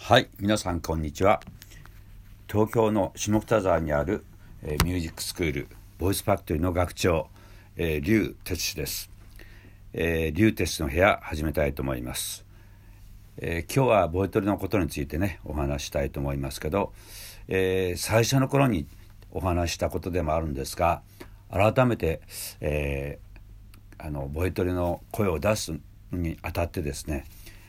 はい、皆さんこんにちは。東京の下北沢にある、ミュージックスクールボイスファクトリーの学長、劉哲司です。劉哲司の部屋始めたいと思います。今日はボイトレのことについてねお話したいと思いますけど、最初の頃にお話したことでもあるんですが、改めて、ボイトレの声を出すにあたってですね、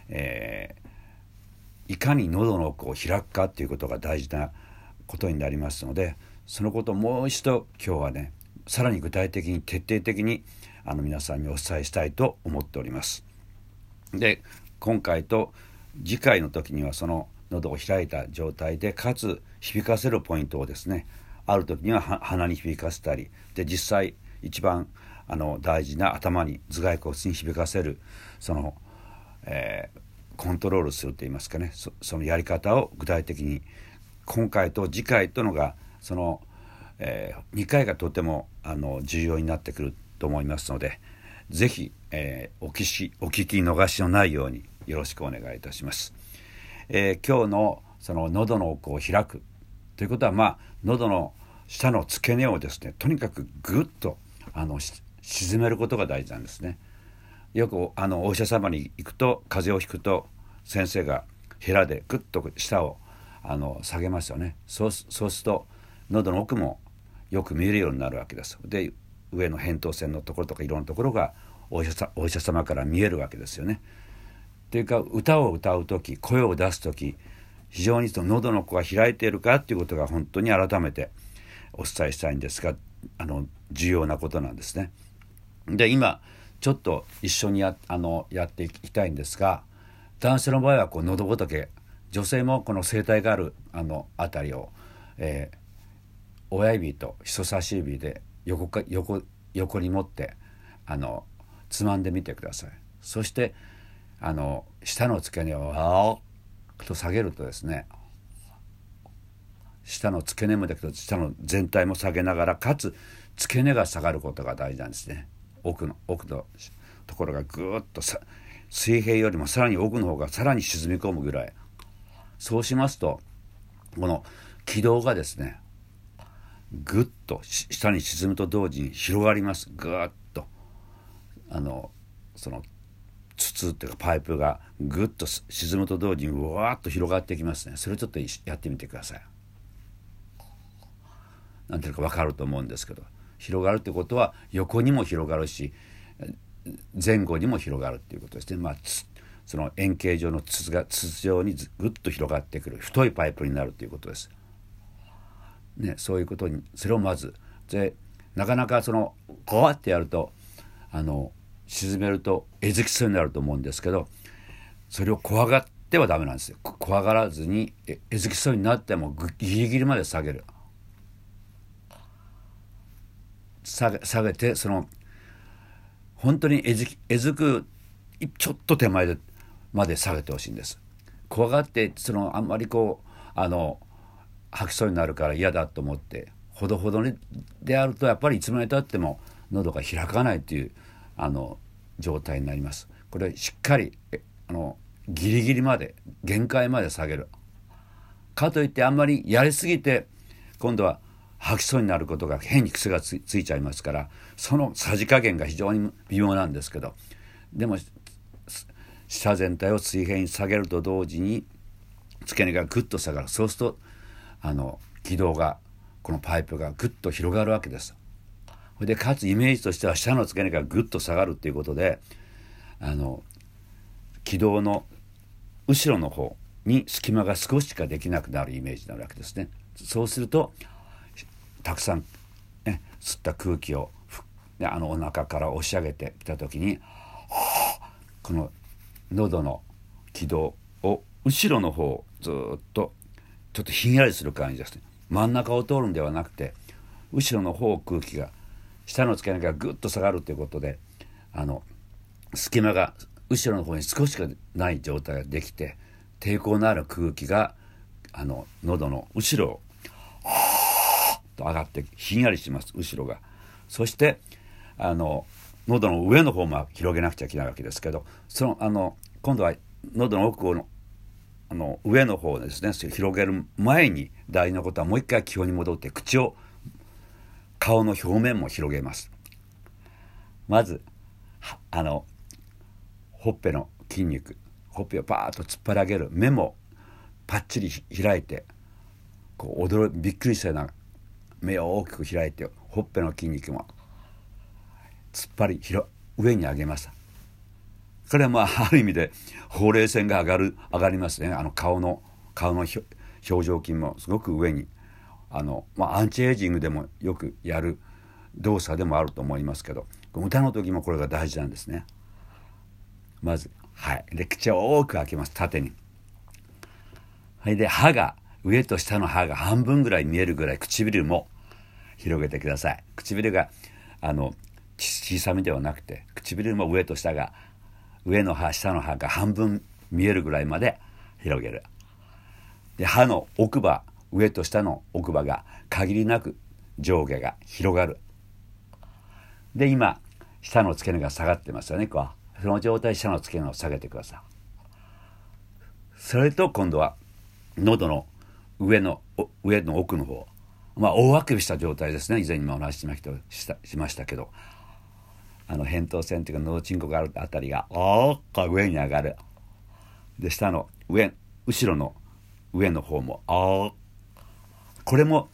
いかに喉の奥を開くかということが大事なことになりますので、そのことをもう一度今日はねさらに具体的に徹底的に皆さんにお伝えしたいと思っております。で、今回と次回の時にはその喉を開いた状態でかつ響かせるポイントをですね、ある時には鼻に響かせたりで、実際一番大事な頭に頭蓋骨に響かせるその、コントロールするといいますかね、そのやり方を具体的に今回と次回とのがその、2回がとても重要になってくると思いますので、ぜひ、お聞き逃しのないようによろしくお願いいたします。今日のその喉の奥を開くということは、喉の下の付け根をですねとにかくぐっと沈めることが大事なんですね。よくお医者様に行くと風邪をひくと先生がヘラでグッと舌を下げますよね。そうすると喉の奥もよく見えるようになるわけです。で、上の扁桃腺のところとかいろんなところがお医者様から見えるわけですよね。というか、歌を歌う時、声を出す時、非常にその喉の奥が開いているかということが本当に改めてお伝えしたいんですが、重要なことなんですね。で、今ちょっと一緒にやっていきたいんですが、男性の場合は喉仏、女性もこの声帯があるあたりを、親指と人差し指で横に持ってつまんでみてください。そして下の付け根をあーっと下げるとですね、下の付け根もだけど下の全体も下げながら、かつ付け根が下がることが大事なんですね。奥のところがぐーっと水平よりもさらに奥の方がさらに沈み込むぐらい。そうしますとこの気道がですねぐっと下に沈むと同時に広がります。ぐーっとその筒っていうかパイプがぐっと沈むと同時にうわーっと広がってきますね。それをちょっとやってみてください。なんていうか分かると思うんですけど、広がるってことは横にも広がるし前後にも広がるっていうことですね。その円形状の筒状にぐっと広がってくる太いパイプになるということです、ね。そういうことにそれをまずで、なかなかこうやってやると沈めるとえずきそうになると思うんですけど、それを怖がってはダメなんですよ。怖がらずにえずきそうになってもギリギリまで下げる。下げて本当にえずくちょっと手前まで下げてほしいんです。怖がってあんまり吐きそうになるから嫌だと思ってほどほどであるとやっぱりいつまでたっても喉が開かないという状態になります。これしっかりギリギリまで限界まで下げる。かといってあんまりやりすぎて今度は吐きそうになることが変に癖がついちゃいますから、そのさじ加減が非常に微妙なんですけど、でも舌全体を水平に下げると同時に付け根がグッと下がる。そうすると気道がこのパイプがグッと広がるわけです。それでかつイメージとしては下の付け根がグッと下がるということで気道の後ろの方に隙間が少ししかできなくなるイメージになるわけですね。そうするとたくさん、吸った空気をお腹から押し上げてきた時にこの喉の気道を後ろの方をずっとちょっとひんやりする感じですね。真ん中を通るんではなくて後ろの方空気が下の付け根がぐっと下がるということで隙間が後ろの方に少ししかない状態ができて、抵抗のある空気が喉の後ろをと上がってひんやりします、後ろが。そして喉の上の方も広げなくちゃいけないわけですけど、今度は喉の奥上の方をですね広げる前に大事なことはもう一回基本に戻って顔の表面も広げます。まずほっぺの筋肉、ほっぺをパーッと突っ張り上げる、目もパッチリ開いてびっくりしたような目を大きく開いて、ほっぺの筋肉も突っ張り上に上げます。これはある意味でほうれい線が上がりますね。顔の表情筋もすごく上にアンチエイジングでもよくやる動作でもあると思いますけど、歌の時もこれが大事なんですね。まずで口を多く開けます、縦に。で上と下の歯が半分ぐらい見えるぐらい唇も広げてください。唇が小さめではなくて、唇も上と下が上の歯下の歯が半分見えるぐらいまで広げる。で歯の奥歯、上と下の奥歯が限りなく上下が広がる。で今下の付け根が下がってますよね。その状態下の付け根を下げてください。それと今度は喉の上の奥の方、大あくびした状態ですね。以前にもお話ししましたけど、扁桃腺というか喉チンコがあるあたりが上に上がる。で下の後ろの上の方もこれも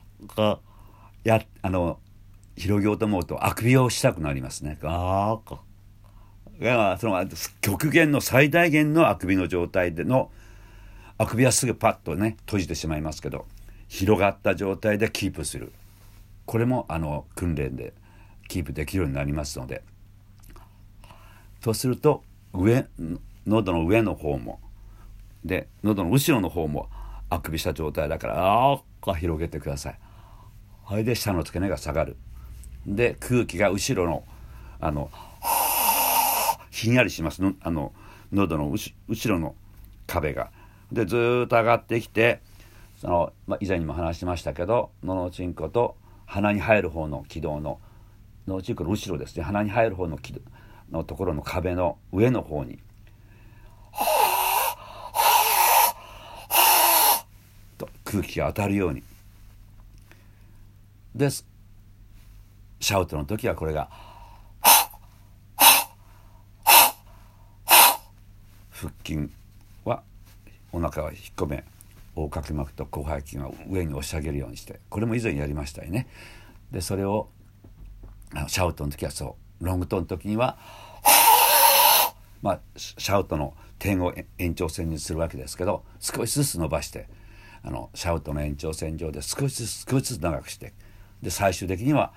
広げようと思うとあくびをしたくなりますね。その極限の最大限のあくびの状態でのあくびはすぐパッとね閉じてしまいますけど、広がった状態でキープする、これも訓練でキープできるようになりますので、そうすると喉の上の方もで喉の後ろの方もあくびした状態だから広げてください。それで下の付け根が下がる。で空気が後ろのひんやりします。喉の後ろの壁がでずーっと上がってきて、以前にも話しましたけど、のちんこと鼻に入る方の気道ののちんこの後ろですね、鼻に入る方のところの壁の上の方にと空気が当たるように。でシャウトの時はこれが腹筋はお腹を引っ込め、横隔膜と広背筋が上に押し上げるようにして、これも以前やりましたよね。でそれをシャウトの時はロングトーンの時にはシャウトの点を延長線にするわけですけど、少しずつ伸ばしてシャウトの延長線上で少しずつ長くして、で最終的には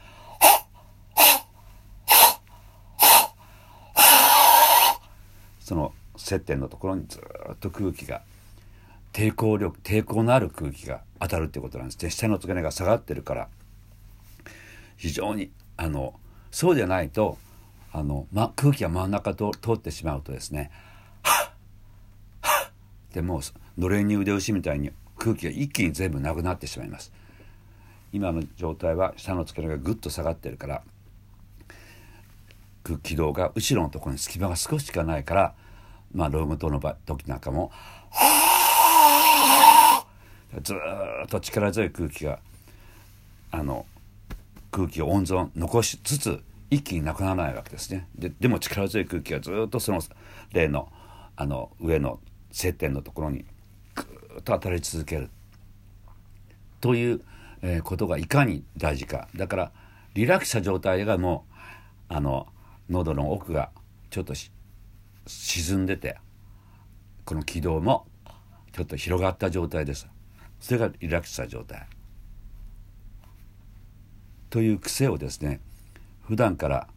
その接点のところにずっと空気が抵抗のある空気が当たるってことなんですね。下の付け根が下がってるから非常にそうでないと空気が真ん中通ってしまうとですね、でもうのれんに腕押しみたいに空気が一気に全部なくなってしまいます。今の状態は下の付け根がぐっと下がってるから気道が後ろのところに隙間が少ししかないから、ロングトーンの時なんかもずっと力強い空気が空気を温存残しつつ一気になくならないわけですね。でも力強い空気がずっとその例の上の接点のところにぐーっと当たり続けるという、ことがいかに大事か。だからリラックスした状態がもう喉の奥がちょっと沈んでて、この気道もちょっと広がった状態です。それがリラックスした状態という癖をですね、普段から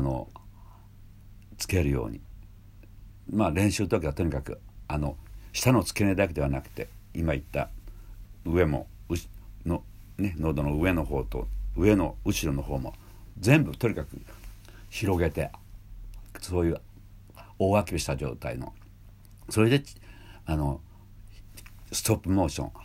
つけるように、練習の時はとにかく下の付け根だけではなくて、今言った上も喉の上の方と上の後ろの方も全部とにかく広げて、そういう大あくびした状態の、それでストップモーション、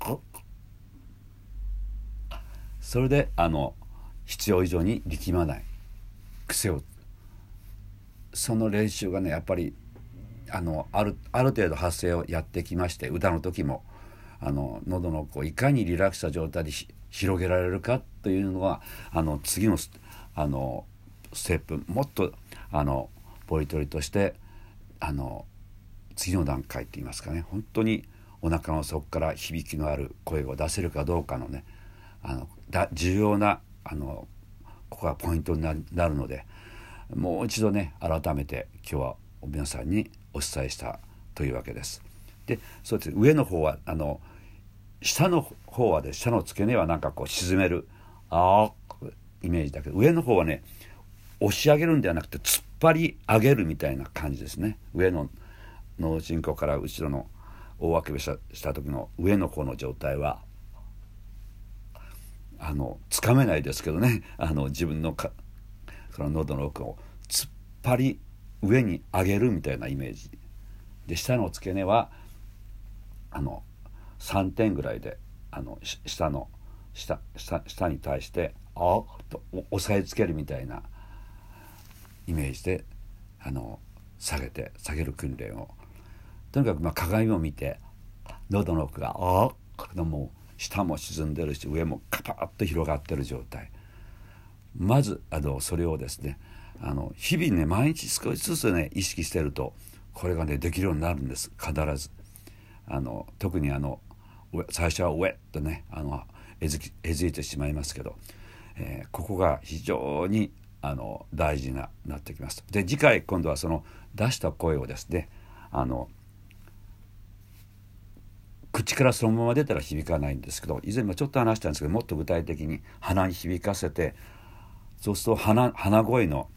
それで必要以上に力まない癖を、その練習がねやっぱりある程度発声をやってきまして、歌の時も喉の奥をいかにリラックスした状態で広げられるかというのが次のステップ、もっとボイトレとして次の段階って言いますかね、本当にお腹の底から響きのある声を出せるかどうかのね重要なここがポイントになるので、もう一度ね改めて今日は皆さんにお伝えしたというわけです。でそうですね、上の方は下の方は下の付け根はなんかこう沈めるイメージだけど、上の方はね押し上げるんではなくて突っ張り上げるみたいな感じですね。上の脳震盪から後ろの大あくびした時の上の方の状態はつかめないですけどね、自分のその喉の奥を突っ張り上に上げるみたいなイメージで、下の付け根は3点ぐらいで下に対してと押さえつけるみたいなイメージで下げる訓練を、とにかく鏡を見て喉の奥がもう下も沈んでるし上もカパッと広がってる状態、まずそれをですね日々ね毎日少しずつね意識してるとこれがねできるようになるんです。必ず特に最初はウェッとねえずいてしまいますけど、ここが非常に大事になってきます。で次回今度はその出した声をですね口からそのまま出たら響かないんですけど、以前もちょっと話したんですけど、もっと具体的に鼻に響かせて、そうすると鼻声の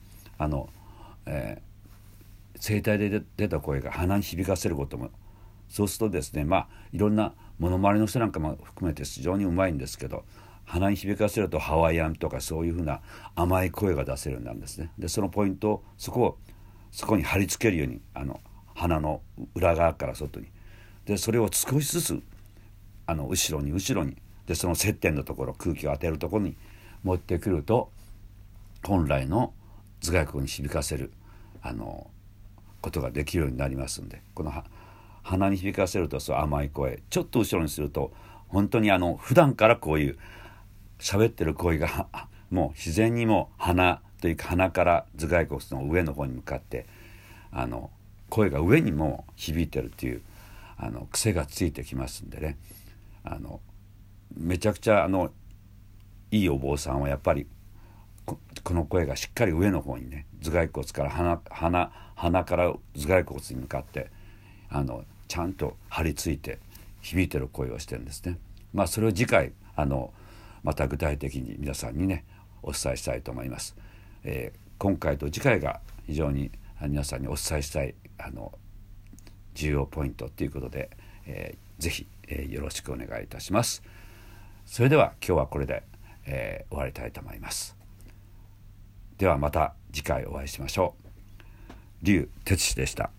声帯で出た声が鼻に響かせることも、そうするとですねいろんなモノマネの人なんかも含めて非常にうまいんですけど、鼻に響かせるとハワイアンとかそういうふうな甘い声が出せるようになるんですね。でそのポイントをそこに貼り付けるように鼻の裏側から外に、でそれを少しずつ後ろにでその接点のところ、空気を当てるところに持ってくると本来の頭蓋骨に響かせることができるようになりますんで、この鼻に響かせるとそう甘い声、ちょっと後ろにすると本当に普段からこういう喋ってる声がもう自然にも鼻というか鼻から頭蓋骨の上の方に向かって声が上にも響いてるっていう癖がついてきますんでね、めちゃくちゃいいお坊さんはやっぱりこの声がしっかり上の方にね頭蓋骨から鼻から頭蓋骨に向かってちゃんと張り付いて響いてる声をしてるんですね。それを次回また具体的に皆さんにねお伝えしたいと思います。今回と次回が非常に皆さんにお伝えしたい重要ポイントということで、ぜひ、よろしくお願いいたします。それでは今日はこれで、終わりたいと思います。ではまた次回お会いしましょう。劉哲司でした。